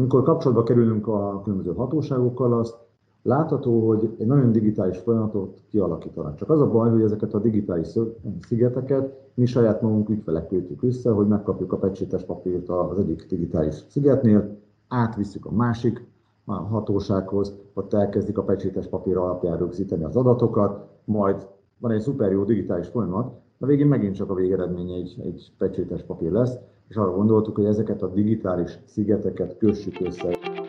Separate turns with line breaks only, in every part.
amikor kapcsolatba kerülünk a különböző hatóságokkal, azt látható, hogy egy nagyon digitális folyamatot kialakítanak. Csak az a baj, hogy ezeket a digitális szigeteket mi saját magunk ügyfelek kötjük össze, hogy megkapjuk a pecsétes papírt az egyik digitális szigetnél, átvisszük a másik hatósághoz, ott elkezdik a pecsétes papír alapján rögzíteni az adatokat, majd van egy szuper jó digitális folyamat, de végén megint csak a végeredmény egy pecsétes papír lesz, és arra gondoltuk, hogy ezeket a digitális szigeteket kössük össze.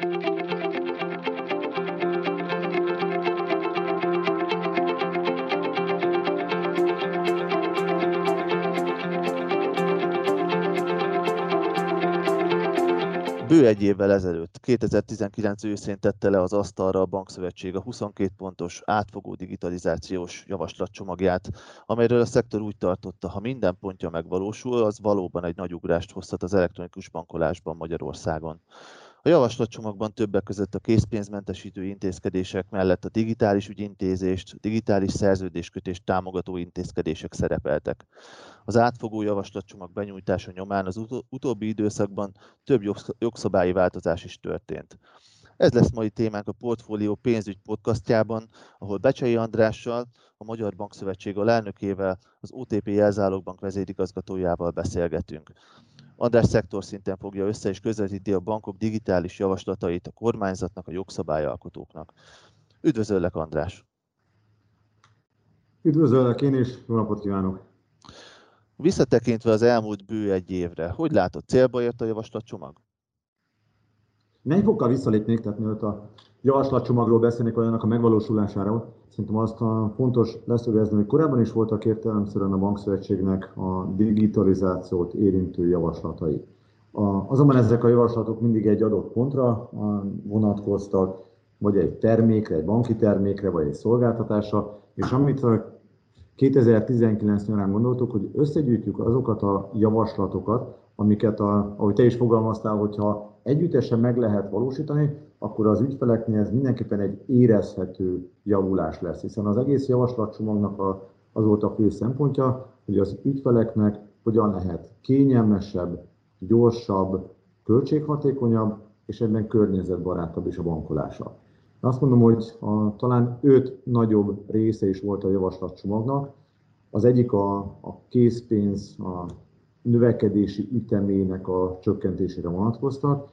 Bő egy évvel ezelőtt, 2019 őszén tette le az asztalra a Bankszövetség a 22 pontos átfogó digitalizációs javaslatcsomagját, amelyről a szektor úgy tartotta, ha minden pontja megvalósul, az valóban egy nagy ugrást hozhat az elektronikus bankolásban Magyarországon. A javaslatcsomagban többek között a készpénzmentesítő intézkedések mellett a digitális ügyintézést, digitális szerződéskötést támogató intézkedések szerepeltek. Az átfogó javaslatcsomag benyújtása nyomán az utóbbi időszakban több jogszabályi változás is történt. Ez lesz mai témánk a Portfólió pénzügy podcastjában, ahol Becsei Andrással, a Magyar Bankszövetség alelnökével, az OTP Jelzálogbank vezérigazgatójával beszélgetünk. András szektorszinten fogja össze és közvetíti a bankok digitális javaslatait a kormányzatnak, a jogszabályalkotóknak. Üdvözöllek, András!
Üdvözöllek én is, jó napot kívánok!
Visszatekintve az elmúlt bő egy évre, hogy látod, célba ért a javaslatcsomag?
Négy fokkal visszalépnék, tehát mielőtt a javaslatcsomagról beszélnék, vagy annak a megvalósulásáról. Szerintem azt fontos leszögezni, hogy korábban is voltak értelemszerűen a Bankszövetségnek a digitalizációt érintő javaslatai. Azonban ezek a javaslatok mindig egy adott pontra vonatkoztak, vagy egy termékre, egy banki termékre, vagy egy szolgáltatásra, és amit 2019 nyarán gondoltuk, hogy összegyűjtjük azokat a javaslatokat, amiket, ahogy te is fogalmaztál, hogyha együttesen meg lehet valósítani, akkor az ügyfeleknél ez mindenképpen egy érezhető javulás lesz, hiszen az egész javaslatcsomagnak az volt a fő szempontja, hogy az ügyfeleknek hogyan lehet kényelmesebb, gyorsabb, költséghatékonyabb és egyben környezetbarátabb is a bankolása. Azt mondom, hogy talán 5 nagyobb része is volt a javaslatcsomagnak. Az egyik a készpénz, a növekedési ütemének a csökkentésére vonatkoztak.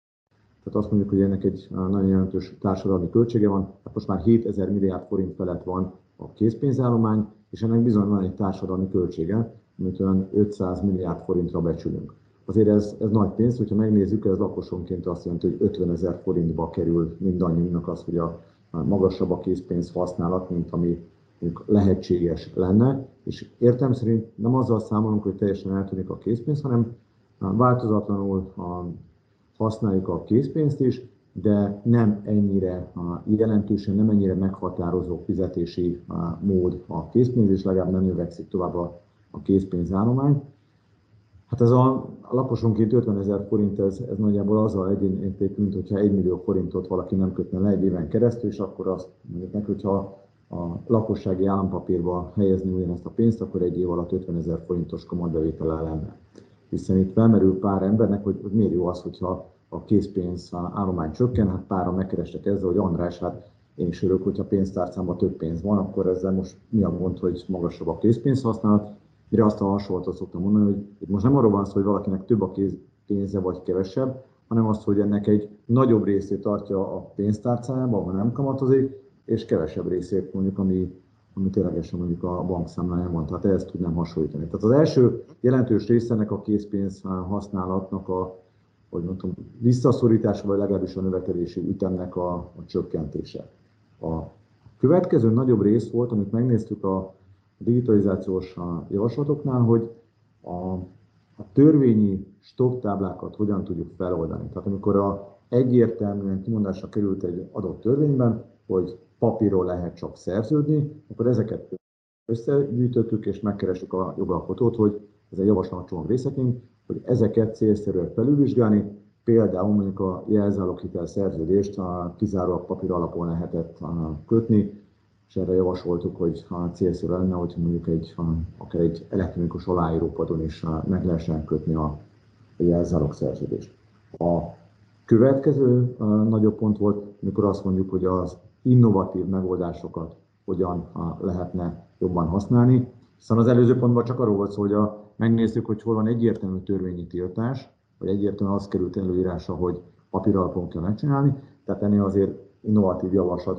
Tehát azt mondjuk, hogy ennek egy nagyon jelentős társadalmi költsége van. Hát most már 7000 milliárd forint felett van a készpénzállomány, és ennek bizony van egy társadalmi költsége, amit olyan 500 milliárd forintra becsülünk. Azért ez nagy pénz, hogyha megnézzük, ez lakosonként azt jelenti, hogy 50 000 forintba kerül mindannyiunknak az, hogy a magasabb a készpénz használat, mint ami lehetséges lenne, és értem szerint nem azzal számolunk, hogy teljesen eltűnik a készpénz, hanem változatlanul használjuk a készpénzt is, de nem ennyire jelentősen, nem ennyire meghatározó fizetési mód a készpénz, és legalább nem növekszik tovább a készpénzállomány. Hát ez a lakosonként 50 000 forint, ez nagyjából azzal egyenértékű, mint hogyha 1 millió forintot valaki nem kötne le egy éven keresztül, és akkor azt mondjuk neki, hogyha a lakossági állampapírba helyezni ugyanezt a pénzt, akkor egy év alatt 50 000 forintos kamatbevétele lenne. Hiszen itt felmerül pár embernek, hogy miért jó az, hogyha a készpénz állomány csökken, hát páran megkerestek ezzel, hogy András, hát én is örülök, hogyha pénztárcámban több pénz van, akkor ezzel most mi a gond, hogy magasabb a készpénz használat. Mire azt a hasonlatot szoktam mondani, hogy itt most nem arról van szó, hogy valakinek több a pénze vagy kevesebb, hanem az, hogy ennek egy nagyobb részét tartja a pénztárcájában, ahol nem kamatozik, és kevesebb részét mondjuk, ami ténylegesen mondjuk a bankszámláján van. Tehát ezt tudnám hasonlítani. Tehát az első jelentős része ennek a készpénz használatnak hogy mondtam, visszaszorítása, vagy legalábbis a növekedési ütemnek a csökkentése. A következő nagyobb rész volt, amit megnéztük a digitalizációs javaslatoknál, hogy a törvényi stopptáblákat hogyan tudjuk feloldani. Tehát amikor egyértelműen kimondásra került egy adott törvényben, hogy papírról lehet csak szerződni, akkor ezeket összegyűjtöttük és megkerestük a jogalkotót, hogy ez egy javaslatcsomag részeként, hogy ezeket célszerűen felülvizsgálni, például mondjuk a jelzáloghitel szerződést kizárólag papír alapon lehetett kötni, és erre javasoltuk, hogy célszerű lenne, hogy mondjuk akár egy elektronikus aláírópadon is meg lehessen kötni a jelzálog szerződést. Következő nagyobb pont volt, amikor azt mondjuk, hogy az innovatív megoldásokat hogyan lehetne jobban használni. Hiszen az előző pontban csak arról volt szó, hogy megnézzük, hogy hol van egyértelmű törvényi tiltás, vagy egyértelműen az került előírásra, hogy papír alapon kell megcsinálni. Tehát ennél azért innovatív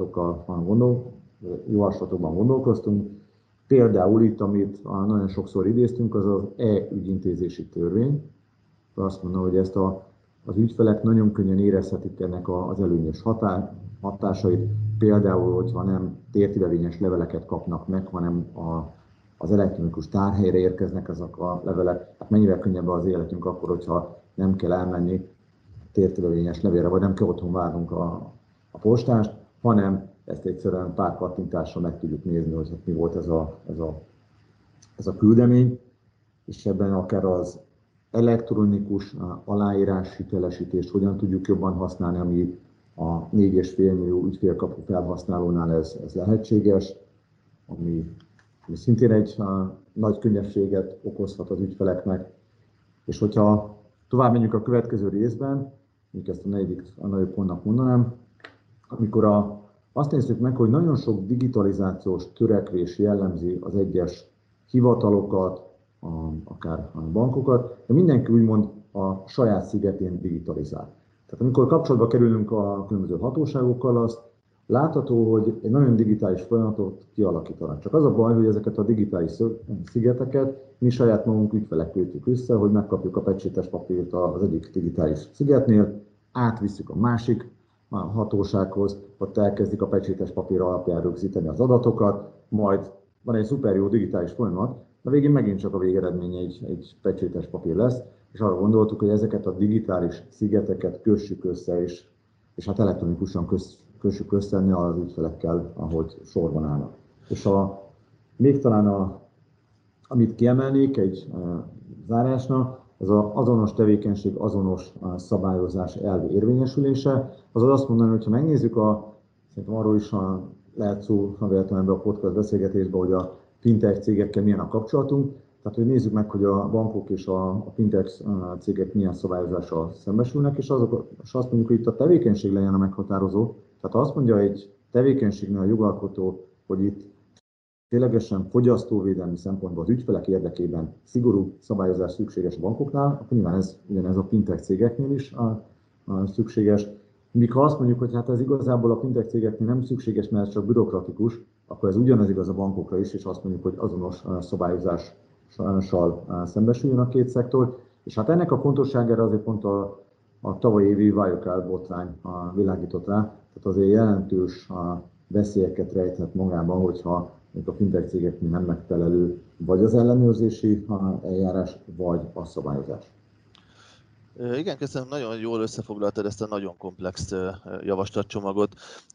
javaslatokban gondolkoztunk. Például itt, amit nagyon sokszor idéztünk, az az e-ügyintézési törvény. Azt mondom, hogy az ügyfelek nagyon könnyen érezhetik ennek az előnyös hatásait, például, hogyha nem tértivevényes leveleket kapnak meg, hanem az elektronikus tárhelyre érkeznek ezek a levelek. Hát mennyivel könnyebb az életünk akkor, hogyha nem kell elmenni tértivevényes levélre, vagy nem kell otthon várnunk a postást, hanem ezt egyszerűen pár kattintással meg tudjuk nézni, hogy mi volt ez a küldemény, és ebben akár az elektronikus aláírás hitelesítést hogyan tudjuk jobban használni, ami a 4,5 millió ügyfélkapu felhasználónál ez lehetséges, ami szintén egy nagy könnyebbséget okozhat az ügyfeleknek. És hogyha tovább menjünk a következő részben, mondjuk ezt a nagyobb pontnak mondanám, amikor azt nézzük meg, hogy nagyon sok digitalizációs törekvés jellemzi az egyes hivatalokat, akár a bankokat, de mindenki úgymond a saját szigetén digitalizál. Tehát amikor kapcsolatba kerülünk a különböző hatóságokkal, azt látható, hogy egy nagyon digitális folyamatot kialakítanak. Csak az a baj, hogy ezeket a digitális szigeteket mi saját magunk ügyfelek kötjük össze, hogy megkapjuk a pecsétes papírt az egyik digitális szigetnél, átvisszük a másik hatósághoz, ott elkezdik a pecsétes papír alapján rögzíteni az adatokat, majd van egy szuper jó digitális folyamat, de végén megint csak a végeredmény egy pecsétes papír lesz, és arra gondoltuk, hogy ezeket a digitális szigeteket kössük össze, és hát elektronikusan kössük össze az ügyfelekkel, ahogy sorban állnak. És még talán amit kiemelnék egy zárásnak, az az azonos tevékenység, azonos szabályozás elv érvényesülése. Azaz azt mondani, hogy ha megnézzük, szerintem arról is lehet szó, ha véletlenül ebben a podcast beszélgetésben, hogy a fintech cégekkel milyen a kapcsolatunk. Tehát, hogy nézzük meg, hogy a bankok és a fintech cégek milyen szabályozással szembesülnek, és azt mondjuk, hogy itt a tevékenység legyen a meghatározó. Tehát ha azt mondja egy tevékenységnél a jogalkotó, hogy itt ténylegesen fogyasztóvédelmi szempontból az ügyfelek érdekében szigorú szabályozás szükséges a bankoknál, akkor nyilván ugyanez a fintech cégeknél is szükséges. Míg ha azt mondjuk, hogy hát ez igazából a fintech cégeknél nem szükséges, mert ez csak bürokratikus, akkor ez ugyanez igaz a bankokra is, és azt mondjuk, hogy azonos szabályozással szembesüljön a két szektor. És hát ennek a fontosságára azért pont a tavalyi évi Wirecard botrány világított rá, tehát azért jelentős veszélyeket rejthet magában, hogyha a fintech cégeknél nem megfelelő vagy az ellenőrzési eljárás, vagy a szabályozás.
Igen, köszönöm, nagyon jól összefoglaltad ezt a nagyon komplex javaslatcsomagot.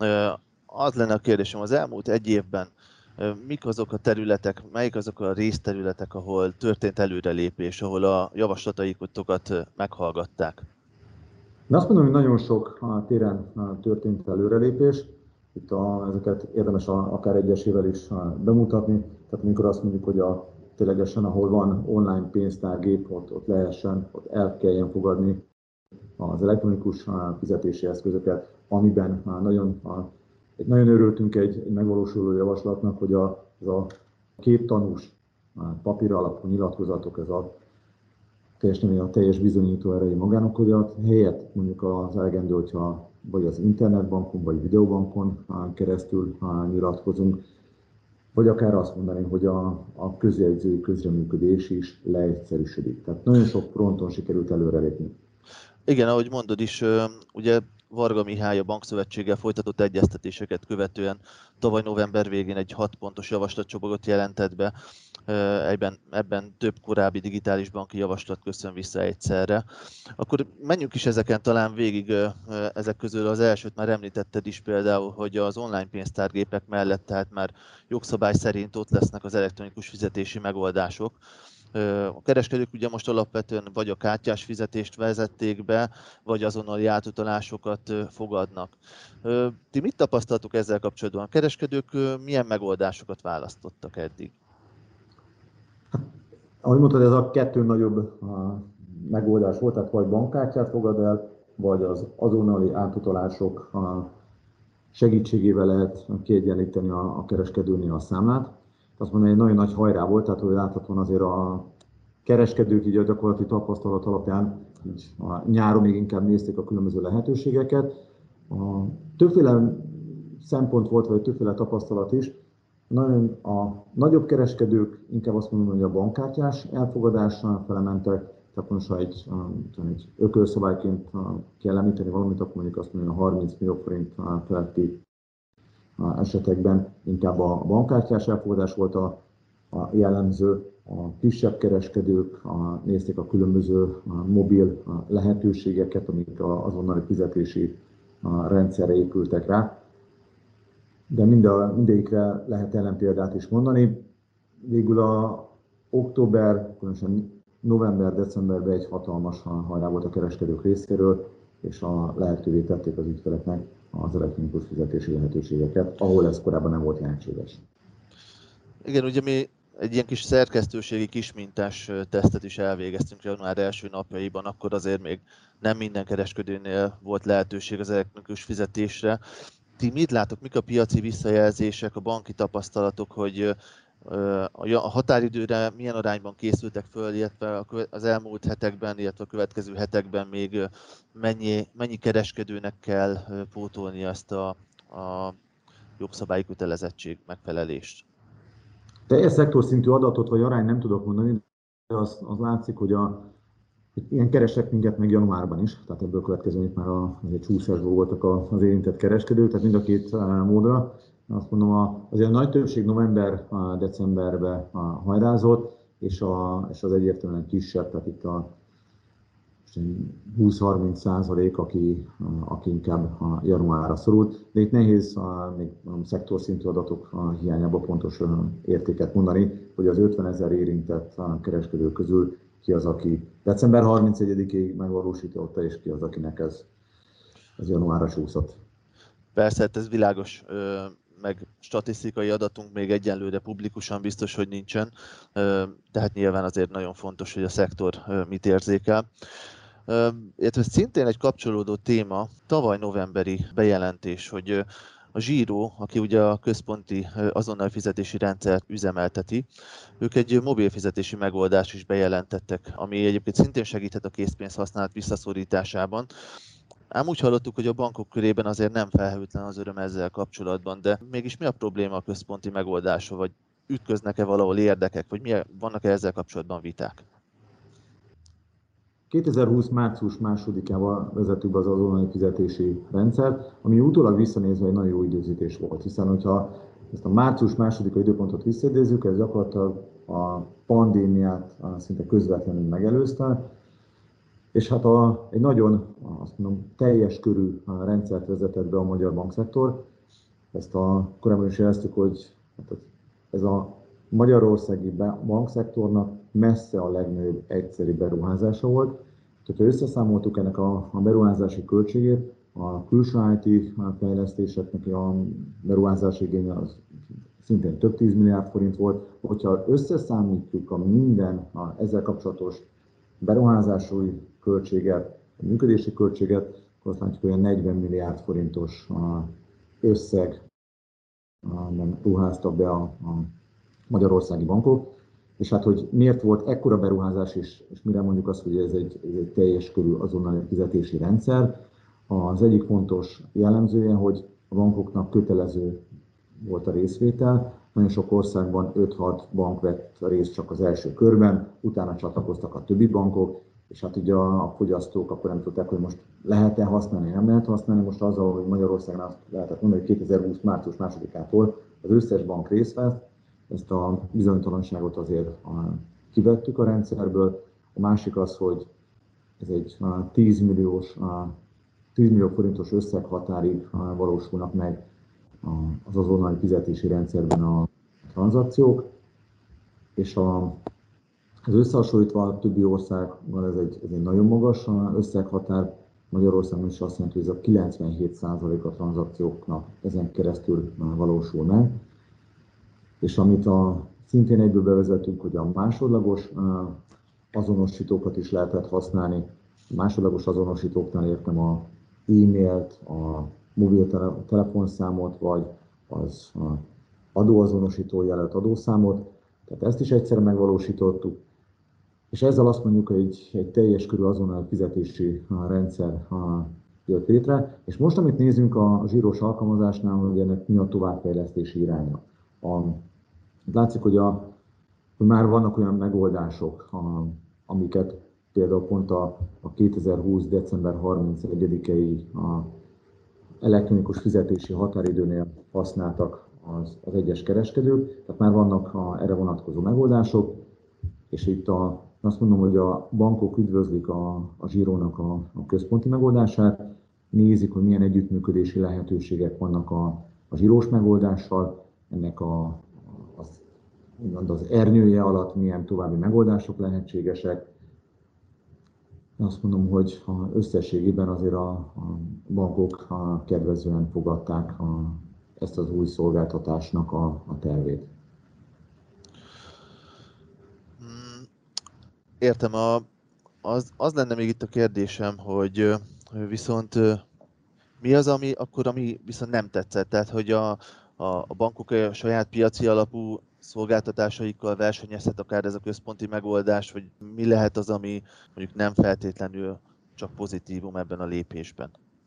Az lenne a kérdésem, az elmúlt egy évben mik azok a területek, melyik azok a részterületek, ahol történt előrelépés, ahol a javaslataitokat meghallgatták?
De azt mondom, hogy nagyon sok téren történt előrelépés. Itt ezeket érdemes akár egyesével is bemutatni. Tehát amikor azt mondjuk, hogy ténylegesen, ahol van online pénztárgép, ott el kelljen fogadni az elektronikus fizetési eszközöket, amiben nagyon örültünk egy megvalósuló javaslatnak, hogy ez a képtanús papír alapú nyilatkozatok, ez a teljes bizonyító erejű magánokodat helyett mondjuk az elegendő, hogyha vagy az internetbankon, vagy videóbankon keresztül nyilatkozunk, vagy akár azt mondani, hogy a közjegyzői közreműködés is leegyszerűsödik. Tehát nagyon sok fronton sikerült előrelépni.
Igen, ahogy mondod is, ugye Varga Mihály a Bankszövetséggel folytatott egyeztetéseket követően tavaly november végén egy 6 pontos javaslatcsomagot jelentett be. Ebben több korábbi digitális banki javaslat köszön vissza egyszerre. Akkor menjünk is ezeken talán végig, ezek közül az elsőt már említetted is például, hogy az online pénztárgépek mellett tehát már jogszabály szerint ott lesznek az elektronikus fizetési megoldások. A kereskedők ugye most alapvetően vagy a kártyás fizetést vezették be, vagy azonnali átutalásokat fogadnak. Ti mit tapasztaltok ezzel kapcsolatban? A kereskedők milyen megoldásokat választottak eddig?
Ahogy mondtad, ez a kettő nagyobb megoldás volt, tehát vagy bankkártyát fogad el, vagy az azonnali átutalások segítségével lehet kiegyenlíteni a kereskedőnél a számlát. Azt mondom, egy nagyon nagy hajrá volt, tehát hogy láthatóan azért a kereskedők így a gyakorlati tapasztalat alapján így a nyáron még inkább nézték a különböző lehetőségeket. Többféle szempont volt, vagy többféle tapasztalat is. Nagyon a nagyobb kereskedők inkább azt mondom, hogy a bankkártyás elfogadással felementek, tehát most ha egy ökölszabályként kell említeni valamit, akkor mondjuk azt mondom, hogy a 30 millió forint feletti esetekben inkább a bankkártyás elfogadás volt a jellemző. A kisebb kereskedők nézték a különböző mobil lehetőségeket, amik az azonnali fizetési rendszerre épültek rá. De mindegyikre lehet ellenpéldát is mondani. Végül a október, különösen november-decemberben egy hatalmas hajrá volt a kereskedők részéről, és lehetővé tették az ügyfeleknek az elektronikus fizetési lehetőségeket, ahol ez korábban nem volt lehetséges.
Igen, ugye mi egy ilyen kis szerkesztőségi kismintás tesztet is elvégeztünk január első napjaiban, akkor azért még nem minden kereskedőnél volt lehetőség az elektronikus fizetésre. Ti mit látok, mik a piaci visszajelzések, a banki tapasztalatok, hogy a határidőre milyen arányban készültek föl, illetve az elmúlt hetekben, illetve a következő hetekben még mennyi kereskedőnek kell pótolni ezt a jogszabályi kötelezettség megfelelést?
Teljes szektorszintű adatot vagy arányt nem tudok mondani, de az látszik, hogy ilyen keresek minket meg januárban is, tehát ebből következően itt már egy csúszásból voltak az érintett kereskedők, tehát mind a két módra. Azt mondom, azért a nagy többség november-decemberben hajrázott, és az egyértelműen kisebb, tehát itt a 20-30%, aki inkább januárra szorult. De itt nehéz még szektorszintű adatok hiányában pontos értéket mondani, hogy az 50 000 érintett kereskedő közül ki az, aki december 31-ig megvalósította, és ki az, akinek ez januárra csúszott.
Persze, hát ez világos, meg statisztikai adatunk még egyenlőre publikusan biztos, hogy nincsen, tehát nyilván azért nagyon fontos, hogy a szektor mit érzékel. Illetve szintén egy kapcsolódó téma, tavaly novemberi bejelentés, hogy a Giro, aki ugye a központi azonnal fizetési rendszert üzemelteti, ők egy mobil fizetési megoldást is bejelentettek, ami egyébként szintén segíthet a készpénz használat visszaszorításában. Ám úgy hallottuk, hogy a bankok körében azért nem felhőtlen az öröm ezzel kapcsolatban, de mégis mi a probléma a központi megoldása, vagy ütköznek-e valahol érdekek, vagy vannak-e ezzel kapcsolatban viták?
2020. március 2-ával vezettük be az azonnali fizetési rendszert, ami utólag visszanézve egy nagyon jó időzítés volt, hiszen hogyha ezt a március 2-ai időpontot visszaidézzük, ez gyakorlatilag a pandémiát szinte közvetlenül megelőzte, és hát egy nagyon, azt mondom, teljes körű rendszert vezetett be a magyar bankszektor. Ezt korábban is jeleztük, hogy ez a magyarországi bankszektornak messze a legnagyobb egyszeri beruházása volt. Ha összeszámoltuk ennek a beruházási költségét, a külső IT fejlesztéseknek a beruházási igénye az szintén több 10 milliárd forint volt. Hogyha összeszámítjuk a ezzel kapcsolatos beruházási költséget, a működési költséget, akkor azt látjuk, hogy a 40 milliárd forintos összeg ruháztak be a magyarországi bankok. És hát, hogy miért volt ekkora beruházás, és mire mondjuk azt, hogy ez egy teljes körű azonnali fizetési rendszer. Az egyik fontos jellemzője, hogy a bankoknak kötelező volt a részvétel. Nagyon sok országban 5-6 bank vett részt csak az első körben, utána csatlakoztak a többi bankok, és hát ugye a fogyasztók akkor nem tudták, hogy most lehet-e használni, nem lehet használni. Most azzal, hogy Magyarországon azt lehetett mondani, hogy 2020. március 2-ától az összes bank részt vett, ezt a bizonytalanságot azért kivettük a rendszerből. A másik az, hogy ez egy 10 millió forintos összeghatárig valósulnak meg az azonnali fizetési rendszerben a tranzakciók, és az összehasonlítva a többi országban ez egy nagyon magas összeghatár. Magyarországon is azt jelenti, hogy ez a 97% a tranzakcióknak ezen keresztül valósul meg. És amit szintén egyből bevezetünk, hogy a másodlagos azonosítókat is lehetett használni, másodlagos azonosítóknál értem a e-mailt, a mobiltelefonszámot, vagy az adóazonosító jelölt adószámot. Tehát ezt is egyszer megvalósítottuk, és ezzel azt mondjuk, hogy egy teljes körű azonnal fizetési rendszer jött létre. És most, amit nézünk a zsíros alkalmazásnál, hogy ennek mi a továbbfejlesztési iránya. Látszik, hogy már vannak olyan megoldások, amiket például pont a 2020. december 31-i elektronikus fizetési határidőnél használtak az egyes kereskedők, tehát már vannak erre vonatkozó megoldások, és itt azt mondom, hogy a bankok üdvözlik a zsírónak a központi megoldását, nézik, hogy milyen együttműködési lehetőségek vannak a zsírós megoldással, ennek az ernyője alatt milyen további megoldások lehetségesek. Azt mondom, hogy összességében azért a bankok kedvezően fogadták ezt az új szolgáltatásnak a tervét.
Értem, az lenne még itt a kérdésem, hogy viszont mi az, ami viszont nem tetszett? Tehát, hogy a bankok a saját piaci alapú szolgáltatásaikkal versenyezhet akár ez a központi megoldás, vagy mi lehet az, ami mondjuk nem feltétlenül csak pozitívum ebben a lépésben?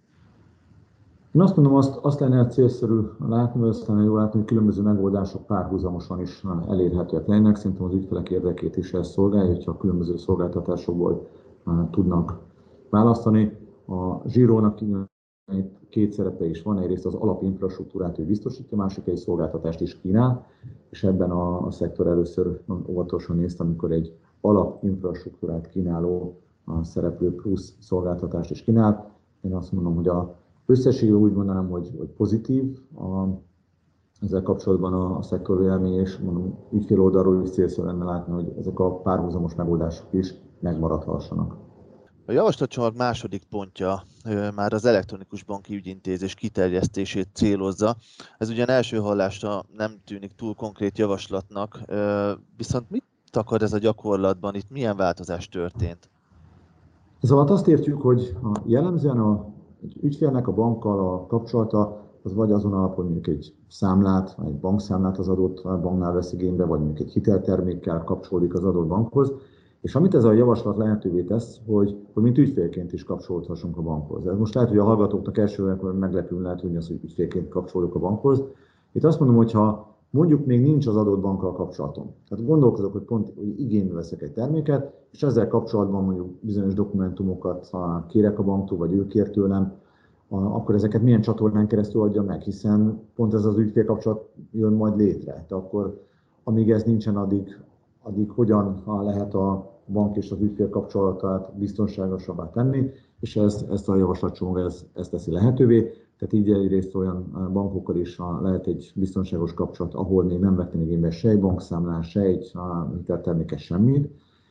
Én azt mondom, azt lenne célszerű látni, vagy azt lenne jól látni, hogy különböző megoldások párhuzamosan is elérhetőek lennek. Szerintem az ügyfelek érdekét is ez szolgálja, hogyha a különböző szolgáltatásokból tudnak választani. A zsírónak két szerepe is van, egyrészt az alapinfrastruktúrát ő biztosítja, másik egy szolgáltatást is kínál, és ebben a szektor először óvatosan nézte, amikor egy alapinfrastruktúrát kínáló szereplő plusz szolgáltatást is kínál. Én azt mondom, hogy összességében úgy mondanám, hogy pozitív ezzel kapcsolatban a szektor véleménye, és mondom, ügyfél oldalról is célszerű lenne látni, hogy ezek a párhuzamos megoldások is megmaradhassanak.
A javaslatcsomag második pontja már az elektronikus banki ügyintézés kiterjesztését célozza. Ez ugyan első hallásra nem tűnik túl konkrét javaslatnak, viszont mit akar ez a gyakorlatban? Itt milyen változás történt?
Ez alatt azt értjük, hogy jellemzően egy ügyfélnek a bankkal a kapcsolata az vagy azon alapon, mondjuk egy számlát, egy bankszámlát az adott banknál vesz igénybe, vagy mondjuk egy hiteltermékkel kapcsolódik az adott bankhoz. És amit ez a javaslat lehetővé tesz, hogy mint ügyfélként is kapcsolódhassunk a bankhoz. Ez most lehet, hogy a hallgatóknak elsőre meglepően lehet, hogy az, hogy ügyfélként kapcsolódok a bankhoz. Itt azt mondom, hogy ha mondjuk még nincs az adott bankkal kapcsolatom, tehát gondolkozok, hogy igénybe veszek egy terméket, és ezzel kapcsolatban mondjuk bizonyos dokumentumokat kérek a banktól, vagy ő kér tőlem, akkor ezeket milyen csatornán keresztül adja meg, hiszen pont ez az ügyfélkapcsolat jön majd létre. Tehát akkor, amíg ez nincsen, addig hogyan lehet a bank és az ügyfél kapcsolatát biztonságosabbá tenni, és ezt a javaslatcsomag ezt teszi lehetővé. Tehát így egyrészt olyan bankokkal is lehet egy biztonságos kapcsolat, ahol még nem vettem igénybe se egy bankszámlán, se egy hiteltermékes semmit,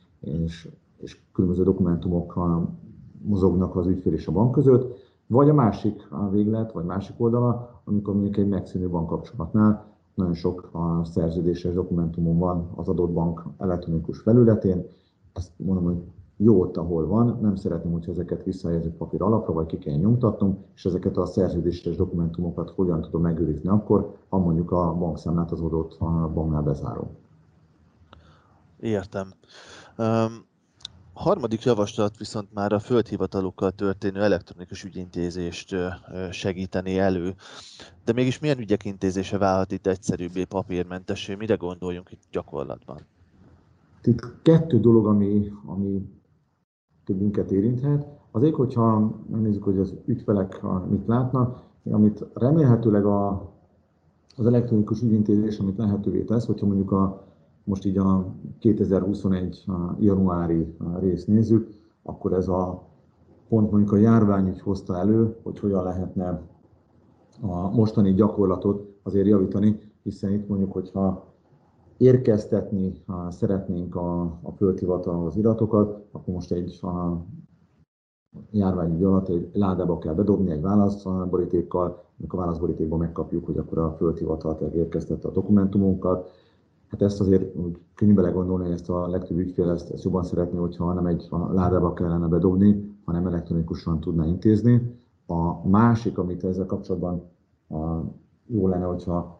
és különböző dokumentumok mozognak az ügyfél és a bank között, vagy a másik véglet, vagy másik oldala, amikor mondjuk egy megszűnő bankkapcsolatnál nagyon sok szerződéses dokumentumon van az adott bank elektronikus felületén. Ezt mondom, hogy jó ott, ahol van, nem szeretném, hogyha ezeket visszahelyezzük papír alapra, vagy ki kell nyomtatnom, és ezeket a szerződéses dokumentumokat hogyan tudom megőrizni akkor, ha mondjuk a bankszámlát az adott banknál bezárom.
Értem. A harmadik javaslat viszont már a földhivatalokkal történő elektronikus ügyintézést segítené elő. De mégis milyen ügyek intézése válhat itt egyszerűbbé, papírmentessé? Mire gondoljunk itt gyakorlatban?
Itt kettő dolog, ami többünket érinthet. Az egyik, hogyha megnézzük, hogy az ügyfelek mit látnak, amit remélhetőleg az elektronikus ügyintézés, amit lehetővé tesz, hogyha mondjuk most így a 2021 januári részt nézzük, akkor ez pont mondjuk a járványügy hozta elő, hogy hogyan lehetne a mostani gyakorlatot azért javítani, hiszen itt mondjuk, hogyha érkeztetni szeretnénk a földhivatalhoz iratokat, akkor most egy járványügy alatt egy ládába kell bedobni egy válaszborítékkal, amikor a válaszborítékban megkapjuk, hogy akkor a földhivatal érkeztette a dokumentumunkat. Hát ezt azért könnyű belegondolni, hogy ezt a legtöbb ügyfél ezt jobban szeretné, hogyha nem egy ládába kellene bedobni, hanem elektronikusan tudná intézni. A másik, amit ezzel kapcsolatban jó lenne, hogyha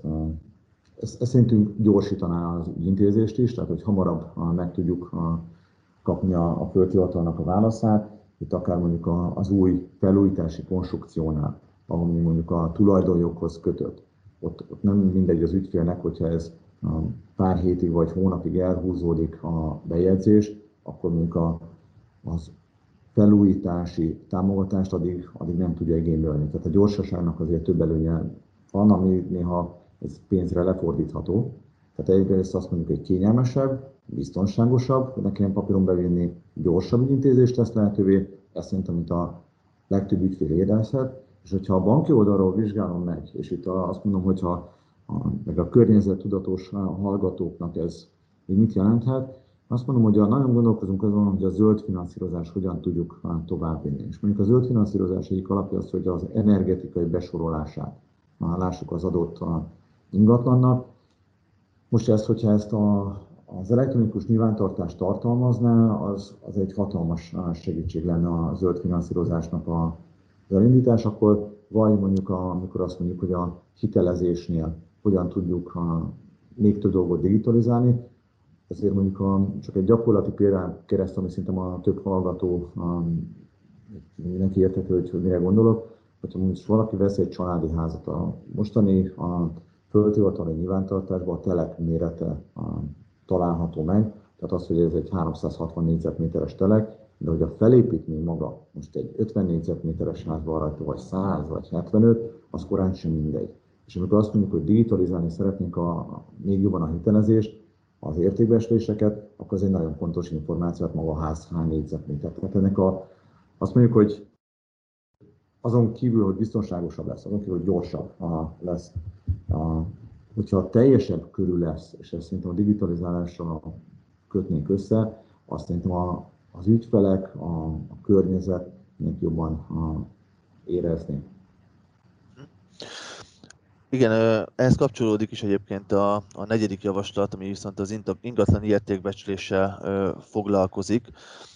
ez szerintünk gyorsítaná az ügyintézést is, tehát hogy hamarabb meg tudjuk kapni a földhivatalnak a válaszát, itt akár mondjuk az új felújítási konstrukciónál, ami mondjuk a tulajdonjoghoz kötött. Ott nem mindegy az ügyfélnek, hogyha ez pár hétig vagy hónapig elhúzódik a bejegyzés, akkor mondjuk az felújítási támogatást addig nem tudja igénybe venni. Tehát a gyorsaságnak azért több előnye van, ami néha ez pénzre lefordítható. Tehát egyrészt azt mondjuk, hogy kényelmesebb, biztonságosabb, ne kelljen papíron bevinni, gyorsabb ügyintézést tesz lehetővé, ez szerintem, amit a legtöbb ügyfél érezhet. És hogyha a banki oldalról vizsgálom meg, és itt azt mondom, hogyha meg a környezettudatos hallgatóknak ez mit jelenthet, azt mondom, hogy nagyon gondolkozunk azon, hogy a zöld finanszírozás hogyan tudjuk továbbvinni. És mondjuk a zöld finanszírozás egyik alapja az, hogy az energetikai besorolását lássuk az adott ingatlannak. Most hogyha ezt az elektronikus nyilvántartást tartalmazná, az egy hatalmas segítség lenne a zöld finanszírozásnak az elindítás, akkor vagy mondjuk amikor azt mondjuk, hogy a hitelezésnél hogyan tudjuk még több dolgot digitalizálni, ezért mondjuk csak egy gyakorlati példán keresztül, ami szerintem a több hallgató mindenki érthető, hogy mire gondolok, hogyha mondjuk valaki vesz egy családi házat, a mostani földhivatali nyilvántartásban a telek mérete található meg, tehát az, hogy ez egy 360 négyzetméteres telek, de hogy a felépítmény maga most egy 50 négyzetméteres házban rajta, vagy 100, vagy 75, az korán sem mindegy. És amikor azt mondjuk, hogy digitalizálni szeretnénk még jobban a hitelezést, az értékbeesléseket, akkor ez egy nagyon fontos információ, maga a ház hány négyzetméter. Tehát ennek azt mondjuk, hogy azon kívül, hogy biztonságosabb lesz, azon kívül, hogy gyorsabb lesz, hogyha teljesebb körül lesz, és ezt szerintem a digitalizálásra kötnénk össze, azt szerintem az ügyfelek, a környezet jobban érezni.
Igen, ehhez kapcsolódik is egyébként a negyedik javaslat, ami viszont az ingatlan értékbecsléssel foglalkozik.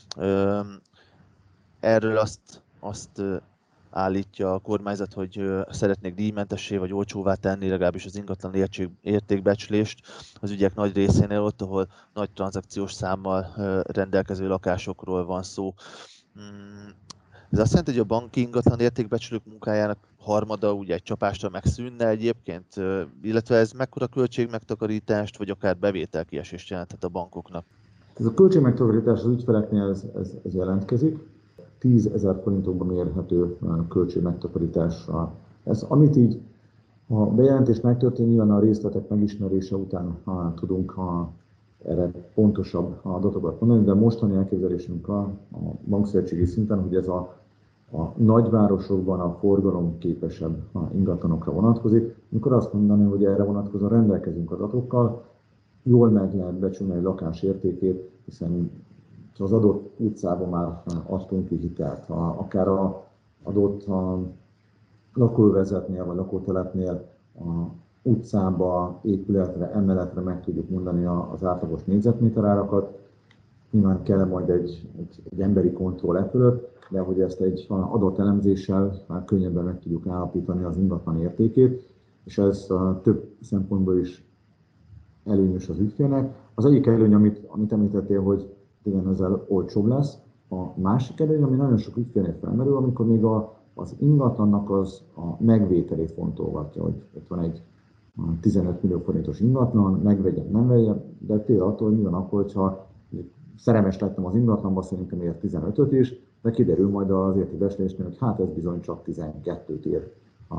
Erről azt állítja a kormányzat, hogy szeretnék díjmentessé vagy olcsóvá tenni legalábbis az ingatlan értékbecslést az ügyek nagy részénél, ott, ahol nagy tranzakciós számmal rendelkező lakásokról van szó. Ez azt jelenti, hogy a banki ingatlan értékbecslők munkájának harmada ugye egy csapásra megszűnne egyébként, illetve ez mekkora költségmegtakarítást, vagy akár bevételkiesést jelenthet a bankoknak?
Ez a költségmegtakarítás az ügyfeleknél ez jelentkezik. 10 000 forintokban mérhető költségmegtakarítás. Ez, amit így a bejelentés megtörténik, nyilván a részletek megismerése után tudunk erre pontosabb adatokat mondani, de mostani elképzelésünk a bankszövetségi szinten, hogy ez a nagyvárosokban a forgalomképesebb ingatlanokra vonatkozik. Amikor azt mondani, hogy erre vonatkozóan rendelkezünk adatokkal, jól meg lehet becsülni egy lakás értékét, hiszen az adott utcában már adtunk ki hitelt. Akár az adott lakóövezetnél vagy lakótelepnél utcába, épületre, emeletre meg tudjuk mondani az átlagos négyzetméter árakat. Nyilván kell majd egy emberi kontroll e fölött, de hogy ezt egy adott elemzéssel már könnyebben meg tudjuk állapítani az ingatlan értékét, és ez több szempontból is előnyös az ügyfélnek. Az egyik előny, amit említettél, hogy igen, ezzel olcsóbb lesz. A másik előny, ami nagyon sok ügyfélnél felmerül, amikor még az ingatlannak a megvételét fontolgatja, hogy ott van egy 15 millió forintos ingatlan, megvegyem, nem vegyem, de például attól, hogy mi van akkor, hogyha szerelmes lettem az ingatlanba, szerintem ér 15-öt is, de kiderül majd az értékbecslésnél, hogy hát ez bizony csak 12-t ér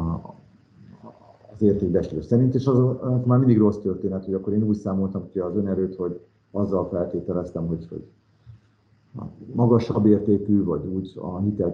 az értékbecslés szerint, és az már mindig rossz történet, hogy akkor én úgy számoltam ki az önerőt, hogy azzal feltételeztem, hogy magasabb értékű, vagy úgy a hitelt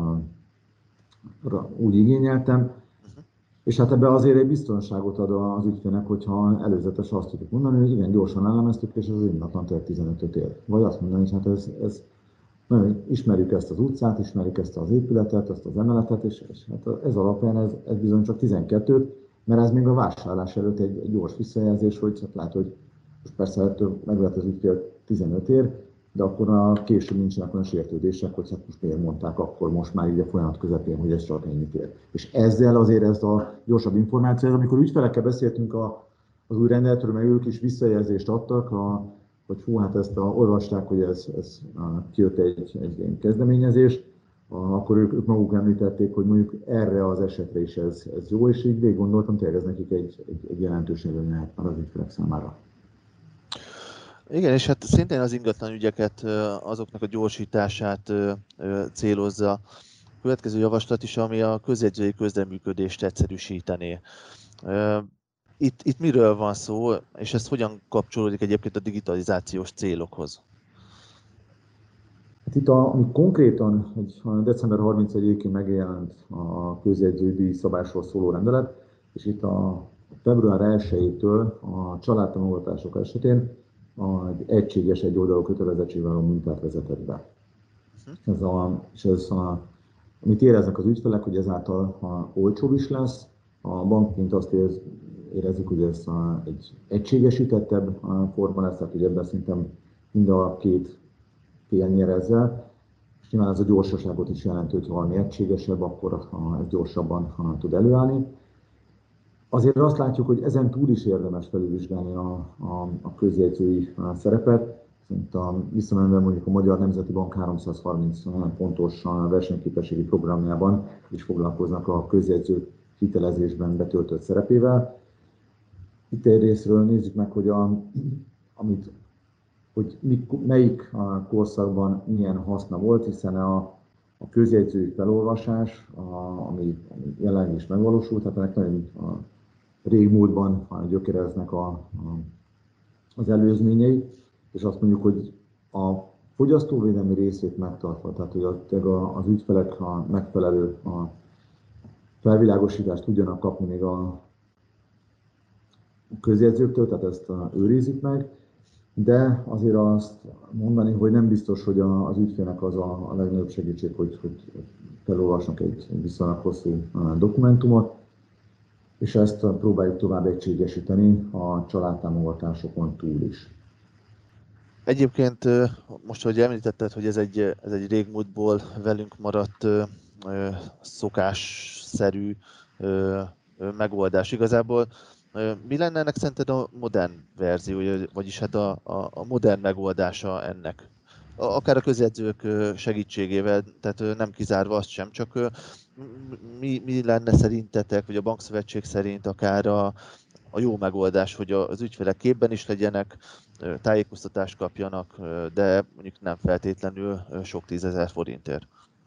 úgy igényeltem, és hát ebbe azért egy biztonságot ad az ügyfélnek, hogyha előzetes azt tudjuk mondani, hogy igen, gyorsan elemeztük, és az ingatlan tényleg 15-öt ér. Vagy azt mondani, hogy hát ez ismerjük ezt az utcát, ismerjük ezt az épületet, ezt az emeletet, és hát ez alapján ez bizony csak 12-t, mert ez még a vásárlás előtt egy gyors visszajelzés, hogy hát lehet, hogy most persze meg lehet az ügyfél 15 ér, de akkor később nincsenek olyan sértődések, hogy hát most miért mondták akkor most már így a folyamat közepén, hogy ez csak ennyit ér. És ezzel azért ez a gyorsabb információ, ez, amikor ügyfelekkel beszéltünk az új rendeletről, mert ők is visszajelzést adtak, hogy hú, hát ezt olvasták, hogy ez kijött egy kezdeményezés, akkor ők maguk említették, hogy mondjuk erre az esetre is ez jó, és így végig gondoltam, tényleg ez nekik egy jelentős előny lehet már az ügyfelek számára.
Igen, és hát szintén az ingatlan ügyeket, azoknak a gyorsítását célozza. A következő javaslat is, ami a közjegyzői közreműködést egyszerűsítené. Itt miről van szó, és ez hogyan kapcsolódik egyébként a digitalizációs célokhoz?
Hát itt ami konkrétan december 31-én megjelent a közjegyzői szabásról szóló rendelet, és itt a február 1-től a családtámogatások esetén egy egységes egyoldalú kötelezettségvállaló mintát vezetett be. Amit éreznek az ügyfelek, hogy ezáltal olcsóbb is lesz, a bankként azt érezzük, hogy ez egy egységesítettebb forma lesz, tehát hogy ebben szerintem mind a két fél nyer ezzel, és nyilván ez a gyorsaságot is jelenti, hogy ha valami egységesebb, akkor ez gyorsabban tud előállni. Azért azt látjuk, hogy ezen túl is érdemes felülvizsgálni a közjegyzői szerepet. Szerintem visszamenve mondjuk a Magyar Nemzeti Bank 330 pontos versenyképességi programjában is foglalkoznak a közjegyzők hitelezésben betöltött szerepével. Itt egy részről nézzük meg, hogy melyik korszakban milyen haszna volt, hiszen a közjegyzői felolvasás, ami jelenleg is megvalósult, tehát ennek nagyon régmúltban gyökereznek az előzményei, és azt mondjuk, hogy a fogyasztóvédelmi részét megtartva, tehát hogy az ügyfelek megfelelő felvilágosítást tudjanak kapni még a közjegyzőktől, tehát ezt őrizik meg, de azért azt mondani, hogy nem biztos, hogy az ügyfélnek az a legnagyobb segítség, hogy felolvasnak egy viszonylag hosszú dokumentumot, és ezt próbáljuk tovább egységesíteni a családtámogatásokon túl is.
Egyébként most, hogy említetted, hogy ez egy régmúltból velünk maradt szokásszerű megoldás. Igazából mi lenne ennek szerinted a modern verziója, vagyis hát a modern megoldása ennek? Akár a közjegyzők segítségével, tehát nem kizárva azt sem, csak mi lenne szerintetek, vagy a Bankszövetség szerint akár a jó megoldás, hogy az ügyfelek képben is legyenek, tájékoztatást kapjanak, de mondjuk nem feltétlenül sok 10 000 forintért.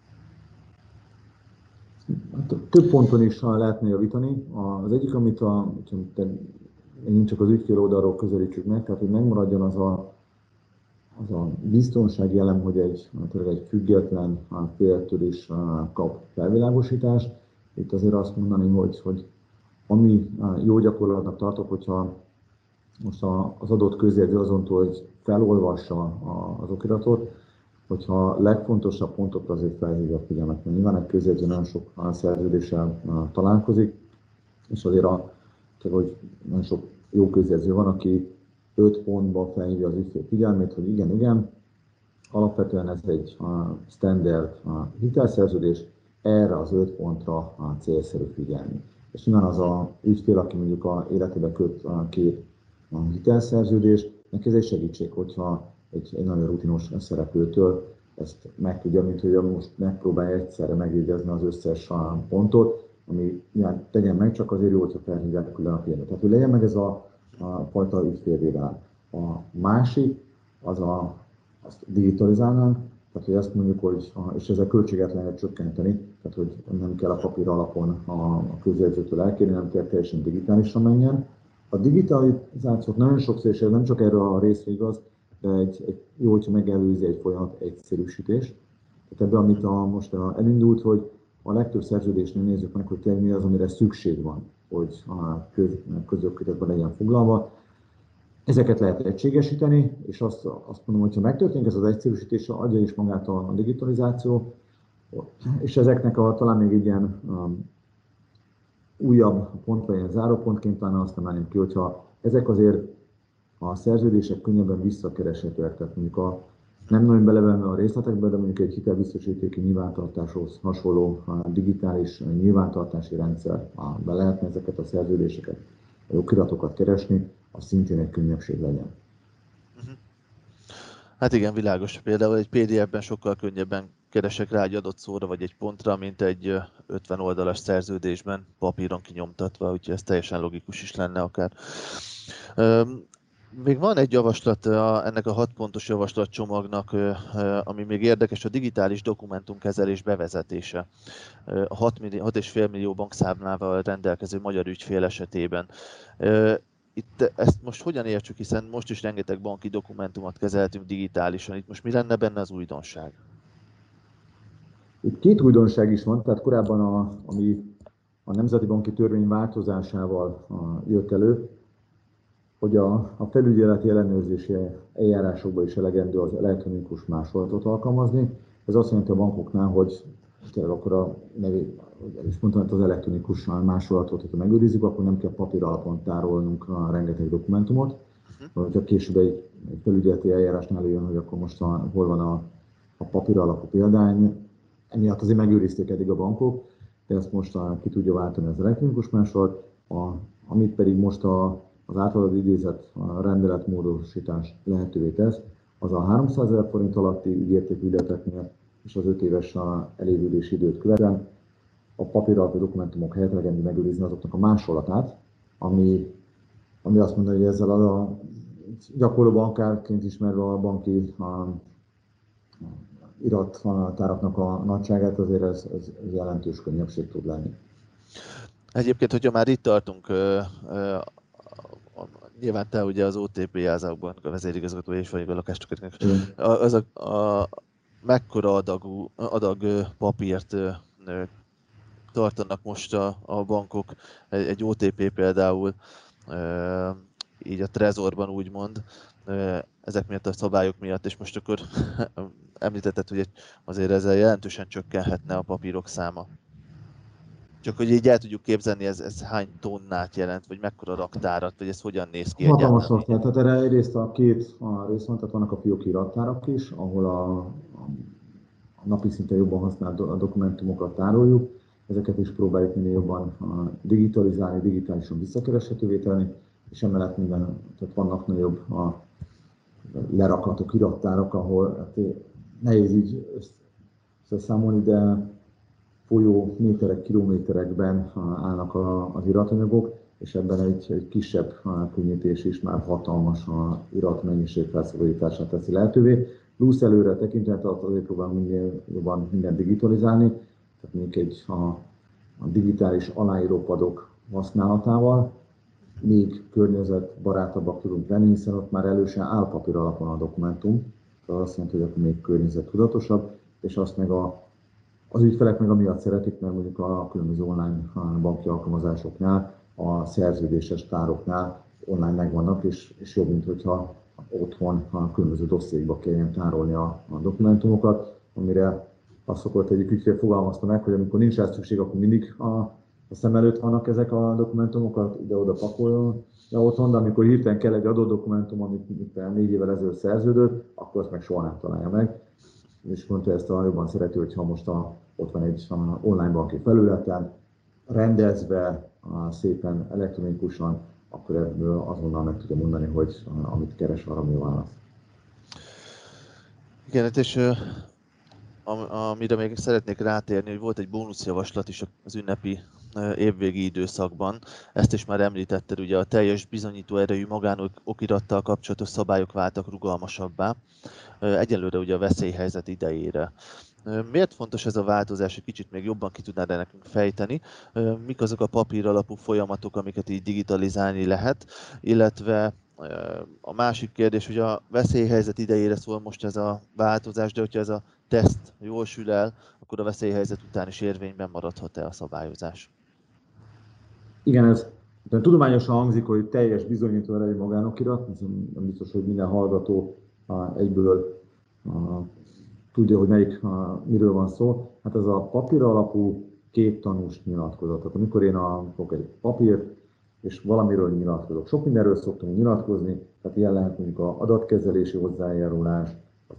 Több ponton is lehetne javítani. Az egyik, amit én csak az ügyfél oldalról közelítsük meg, tehát hogy megmaradjon az a biztonsági elem, hogy egy független féltől is kap felvilágosítást. Itt azért azt mondani, hogy ami jó gyakorlatnak tartok, hogyha most az adott közjegyző azontól, hogy felolvassa az okiratot, hogyha a legfontosabb pontokra azért felhívja a figyelmet, mert nyilván egy közjegyző nagyon sok szerződéssel találkozik, és azért hogy nagyon sok jó közjegyző van, aki 5 pontba felhívja az ügyfél figyelmét, hogy igen, alapvetően ez egy standard hitelszerződés, erre az 5 pontra célszerű figyelni. És nyilván az az ügyfél, aki mondjuk életébe köt 2 hitelszerződést, neki ez egy segítség, hogyha egy nagyon rutinos szereplőtől ezt megtudja, mint hogy most megpróbálja egyszerre megjegyezni az összes pontot, ami ilyen tegyen meg, csak azért jó, hogyha felhívják külön a figyelmet. Tehát, hogy legyen meg ez a fajta ügyfélvédelem. A másik, azt digitalizálnánk, tehát hogy azt mondjuk, és ezzel költséget lehet csökkenteni, tehát hogy nem kell a papír alapon a közjegyzőtől elkérni, nem kell teljesen digitálisan menjen. A digitalizációt nagyon sokszor, és ez nem csak erre a részre igaz, de jó, hogyha megelőzi egy folyamat egyszerűsítést. Tehát ebben, amit most elindult, hogy a legtöbb szerződésnél nézzük meg, hogy tényleg mi az, amire szükség van, hogy a közökkötetben legyen foglalva. Ezeket lehet egységesíteni, és azt mondom, hogy ha megtörténik ez az egyszerűsítés, adja is magát a digitalizáció, és ezeknek talán még egy ilyen újabb pont, vagy ilyen zárópontként talán azt emelném ki, hogyha ezek azért a szerződések könnyebben visszakereshetőek, tehát mondjuk Nem nagyon belevenve a részletekbe, de mondjuk egy hitelbiztosítéki nyilvántartáshoz hasonló digitális nyilvántartási rendszer, be lehetne ezeket a szerződéseket, a jogiratokat keresni, az szintén egy könnyebbség legyen.
Uh-huh. Hát igen, világos. Például egy PDF-ben sokkal könnyebben keresek rá egy adott szóra vagy egy pontra, mint egy 50 oldalas szerződésben papíron kinyomtatva, úgyhogy ez teljesen logikus is lenne akár. Még van egy javaslat ennek a 6 pontos javaslatcsomagnak, ami még érdekes, a digitális dokumentumkezelés bevezetése. A 6,5 millió bankszámlával rendelkező magyar ügyfél esetében. Itt ezt most hogyan értsük, hiszen most is rengeteg banki dokumentumot kezelhetünk digitálisan. Itt most mi lenne benne az újdonság?
Itt két újdonság is van, tehát korábban, ami a Nemzeti Banki Törvény változásával jött elő, hogy a felügyeleti ellenőrzési eljárásokban is elegendő az elektronikus másolatot alkalmazni. Ez azt jelenti a bankoknál, hogy akkor is mondtam, az elektronikus másolatot, hogyha megőrizzük, akkor nem kell papír alapon tárolnunk rengeteg dokumentumot. Hogyha később egy felügyeleti eljárásnál jön, hogy akkor most hol van a papír alapú példány, emiatt azért megőrizték eddig a bankok, de ezt most ki tudja váltani az elektronikus másolat, amit pedig most az általad idézett rendeletmódosítás lehetővé tesz, az a 300 000 forint alatti ügyértékű ügyleteknél és az 5 éves elévülési időt követően a papír alapú dokumentumok helyett elegendő megőrizni azoknak a másolatát, ami azt mondja, hogy ezzel a gyakorló bankárként ismerve a banki irattáraknak a nagyságát, azért ez jelentős könnyebbség tud lenni.
Egyébként, hogyha már itt tartunk, nyilván te ugye az OTP házakban a vezérigazgató és vagy a lakástoknak, az a mekkora adag papírt tartanak most a bankok, egy OTP például, így a Trezorban úgymond, ezek miatt a szabályok miatt, és most akkor említetted, hogy azért ezzel jelentősen csökkenhetne a papírok száma. Csak hogy így el tudjuk képzelni, ez hány tonnát jelent, vagy mekkora raktárat, vagy ez hogyan néz ki egyáltalán?
Hatalmas raktár, tehát erre egyrészt a két rész van, tehát vannak a fióki raktárak is, ahol a napi szinten jobban használt dokumentumokat tároljuk, ezeket is próbáljuk minél jobban digitalizálni, digitálisan visszakereshetővé tenni, és emellett tehát vannak nagyobb lerakatok, irattárak, ahol hát nehéz így összeszámolni, de folyó méterek, kilométerekben állnak az iratanyagok, és ebben egy kisebb könnyítés is már hatalmas iratmennyiség felszabadítását teszi lehetővé. Plusz előre tekintve, azért próbálunk minél jobban mindent digitalizálni, tehát mondjuk a digitális aláírópadok használatával még környezetbarátabbak tudunk lenni, hiszen ott már elősen áll papír alapon a dokumentum, tehát azt jelenti, hogy akkor még környezettudatosabb, és azt meg az ügyfelek meg amiatt szeretik, mert mondjuk a különböző online banki alkalmazásoknál, a szerződéses tároknál online megvannak, és jobb, mint hogyha otthon a különböző dossziékba kelljen tárolni a dokumentumokat, amire azt szokott egyik ügyfél fogalmazta meg, hogy amikor nincs rá szükség, akkor mindig a szem előtt vannak ezek a dokumentumokat, ide-oda pakoljon le otthon, de amikor hirtelen kell egy adott dokumentum, amit 4 évvel ezelőtt szerződött, akkor azt meg soha nem találja meg. És mondta, ezt jobban szereti, hogyha most ott van egy online banki felületen, rendezve, szépen elektronikusan, akkor ebből azonnal meg tudja mondani, hogy amit keres, arra mi a válasz.
Igen, és amire még szeretnék rátérni, hogy volt egy bónuszjavaslat is az ünnepi évvégi időszakban. Ezt is már említetted, ugye a teljes bizonyító erejű magánokirattal kapcsolatos szabályok váltak rugalmasabbá, egyelőre ugye a veszélyhelyzet idejére. Miért fontos ez a változás, hogy kicsit még jobban ki tudnád nekünk fejteni? Mik azok a papír alapú folyamatok, amiket így digitalizálni lehet, illetve a másik kérdés, hogy a veszélyhelyzet idejére szól most ez a változás, de hogyha ez a teszt jól sül el, akkor a veszélyhelyzet után is érvényben maradhat-e a szabályozás?
Igen, ez tudományosan hangzik, hogy teljes bizonyító erejű magánokirat, nem biztos, hogy minden hallgató egyből tudja, hogy miről van szó. Hát ez a papír alapú kéttanús nyilatkozat. Tehát amikor én kapok egy papírt, és valamiről nyilatkozok. Sok mindenről szoktunk nyilatkozni, tehát ilyen lehet mondjuk az adatkezelési hozzájárulás,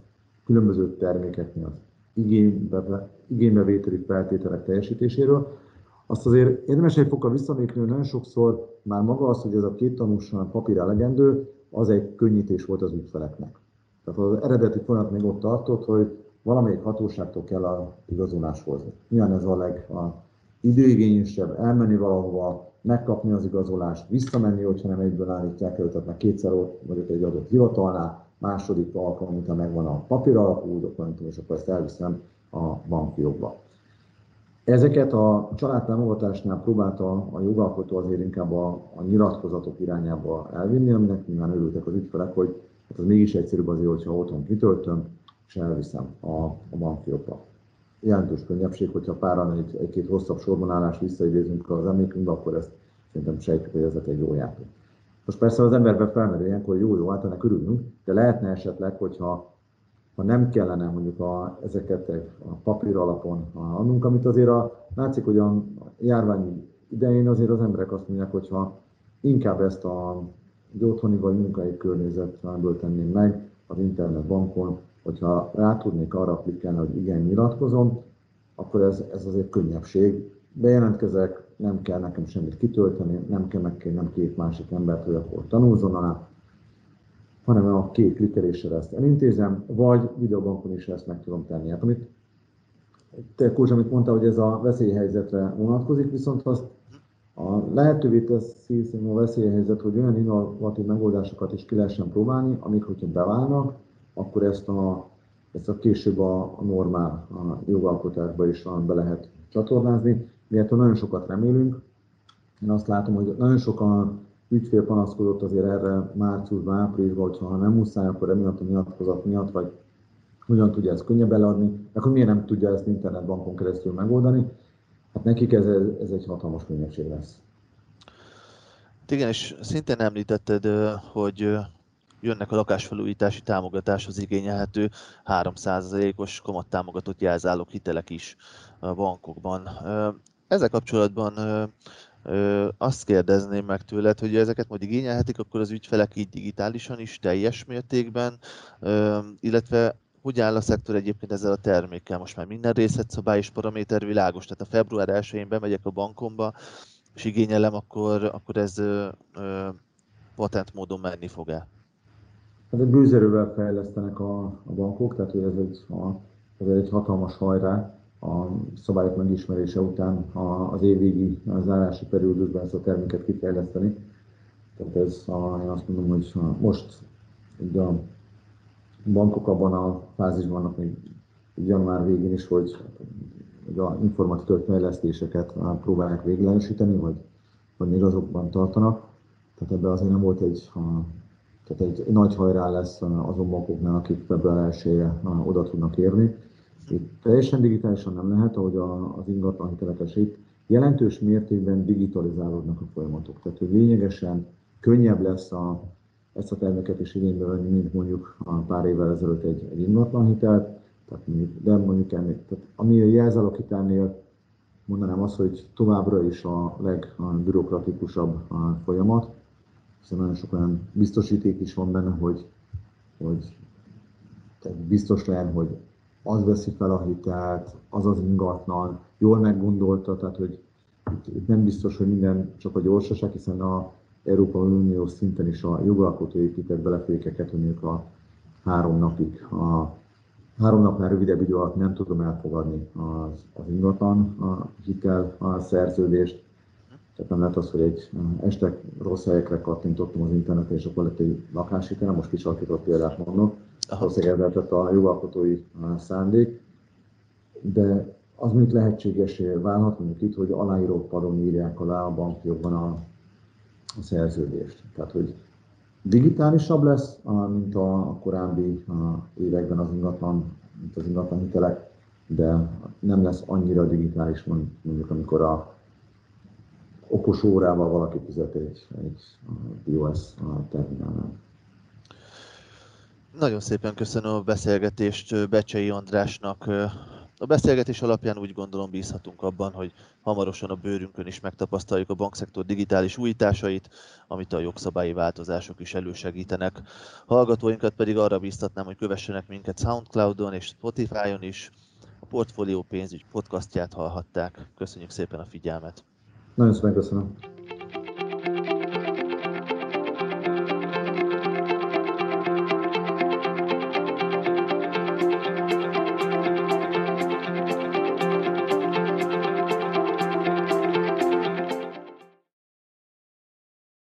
különböző termékeknél az igénybevételi feltételek teljesítéséről. Azt azért érdemes egy fokkal visszalépni, hogy nagyon sokszor már maga az, hogy ez a kéttanús papír elegendő, az egy könnyítés volt az ügyfeleknek. Tehát az eredeti folyamat még ott tartott, hogy valamelyik hatóságtól kell a igazolás hozni. Milyen ez a időigényesebb, elmenni valahova, megkapni az igazolást, visszamenni, hogyha nem egyből állítják el, tehát meg kétszer ott vagyok egy adott hivatalnál, második alkalom után megvan a papír alapú dokumentum, és akkor ezt elviszem a bankfiókba. Ezeket a családtámogatásnál próbálta a jogalkotó azért inkább a nyilatkozatok irányába elvinni, aminek nyilván örültek az ügyfelek, hogy hát az mégis egyszerűbb azért, hogyha otthon kitöltöm, és elviszem a bankfiókba. Jelentős könnyebbség, hogyha páran egy-két hosszabb sorban állást visszaidézünk az emlékünkbe, akkor ezt szerintem sejtjük, hogy ez egy jó játék. Most persze az emberben felmerül ilyenkor, hogy jó, hát ennek örülünk, de lehetne esetleg, hogyha nem kellene mondjuk ezeket a papír alapon adnunk, amit azért látszik, hogy a járvány idején azért az emberek azt mondják, hogyha inkább ezt egy otthoni vagy munkai környezetből tenném meg az internetbankon, hogyha rá tudnék arra klikkelni, hogy igen, nyilatkozom, akkor ez azért könnyebbség. Bejelentkezek, nem kell nekem semmit kitölteni, nem kell megkérnem két másik embert, hogy akkor tanulzon alá, hanem a két klikkeléssel ezt elintézem, vagy videobankon is ezt meg tudom tenni. Hát, amit mondta, hogy ez a veszélyhelyzetre vonatkozik, viszont azt lehetővé teszi a veszélyhelyzet, hogy olyan innovatív megoldásokat is ki lehessen próbálni, amik, hogyha beválnak, akkor ezt a később a normál jogalkotásba is be lehet csatornázni. Miért nagyon sokat remélünk. Én azt látom, hogy nagyon sokan ügyfél panaszkodott azért erre márciusban, áprilisban, hogyha nem muszáj, akkor emiatt a nyilatkozat miatt, vagy hogyan tudja ezt könnyebben leadni, akkor miért nem tudja ezt internetbankon keresztül megoldani. Hát nekik ez egy hatalmas könnyebbség lesz.
Igen, és szintén említetted, hogy jönnek a lakásfelújítási támogatáshoz igényelhető 3%-os kamattámogatott jelzálog hitelek is a bankokban. Ezzel kapcsolatban azt kérdezném meg tőled, hogy ezeket majd igényelhetik, akkor az ügyfelek így digitálisan is teljes mértékben, illetve hogy áll a szektor egyébként ezzel a termékkel? Most már minden részletszabály és paraméter világos, tehát a február 1-én bemegyek a bankomba, és igényelem, akkor ez patent módon menni fog-e?
Hát egy bőzerővel fejlesztenek a bankok, tehát hogy ez egy hatalmas hajrá a szabályok megismerése után az évvégi zárási periódusban ezt a terméket kifejleszteni. Tehát én azt mondom, hogy most ugye a bankok abban a fázisban vannak még január végén is, hogy a informatikai fejlesztéseket próbálják véglegesíteni, vagy még azokban tartanak. Tehát ebben azért nem volt tehát egy nagy hajrá lesz azon bankoknál, akik február 1-ére oda tudnak érni. Itt teljesen digitálisan nem lehet, ahogy az ingatlan hitelek esélyt. Jelentős mértékben digitalizálódnak a folyamatok. Tehát, hogy lényegesen könnyebb lesz ezt a terméket is igénybe venni, mint mondjuk pár évvel ezelőtt egy ingatlan hitelt. De mondjuk tehát ami a jelzáloghitelnél mondanám azt, hogy továbbra is a legbürokratikusabb folyamat, hiszen nagyon sok olyan biztosíték is van benne, hogy biztos legyen, hogy az veszi fel a hitelt, az az ingatlan, jól meggondolta, tehát hogy itt nem biztos, hogy minden csak a gyorsaság, hiszen a Európai Unió szinten is a jogalkotó épített bele fékeket, hogy mondjuk a 3 napnál rövidebb idő alatt nem tudom elfogadni az ingatlan hitel szerződést. Tehát nem lehet az, hogy egy este rossz helyekre kattintottam az interneten, és akkor lett egy lakáshitel, most kisarkított példát mondok. Valószínűleg ez lehetett a jogalkotói szándék, de az mondjuk lehetségesé válhat, mondjuk itt, hogy aláíró padon írják alá a bankjogban a szerződést. Tehát, hogy digitálisabb lesz, mint a korábbi években az ingatlan hitelek, de nem lesz annyira digitális, mondjuk amikor a okos órával valaki fizet egy POS terminálnál.
Nagyon szépen köszönöm a beszélgetést Becsei Andrásnak, A beszélgetés alapján úgy gondolom bízhatunk abban, hogy hamarosan a bőrünkön is megtapasztaljuk a bankszektor digitális újításait, amit a jogszabályi változások is elősegítenek. Hallgatóinkat pedig arra bíztatnám, hogy kövessenek minket SoundCloudon és Spotify-on is. A Portfólió pénzügy podcastját hallhatták. Köszönjük szépen a figyelmet!
Nagyon szépen köszönöm.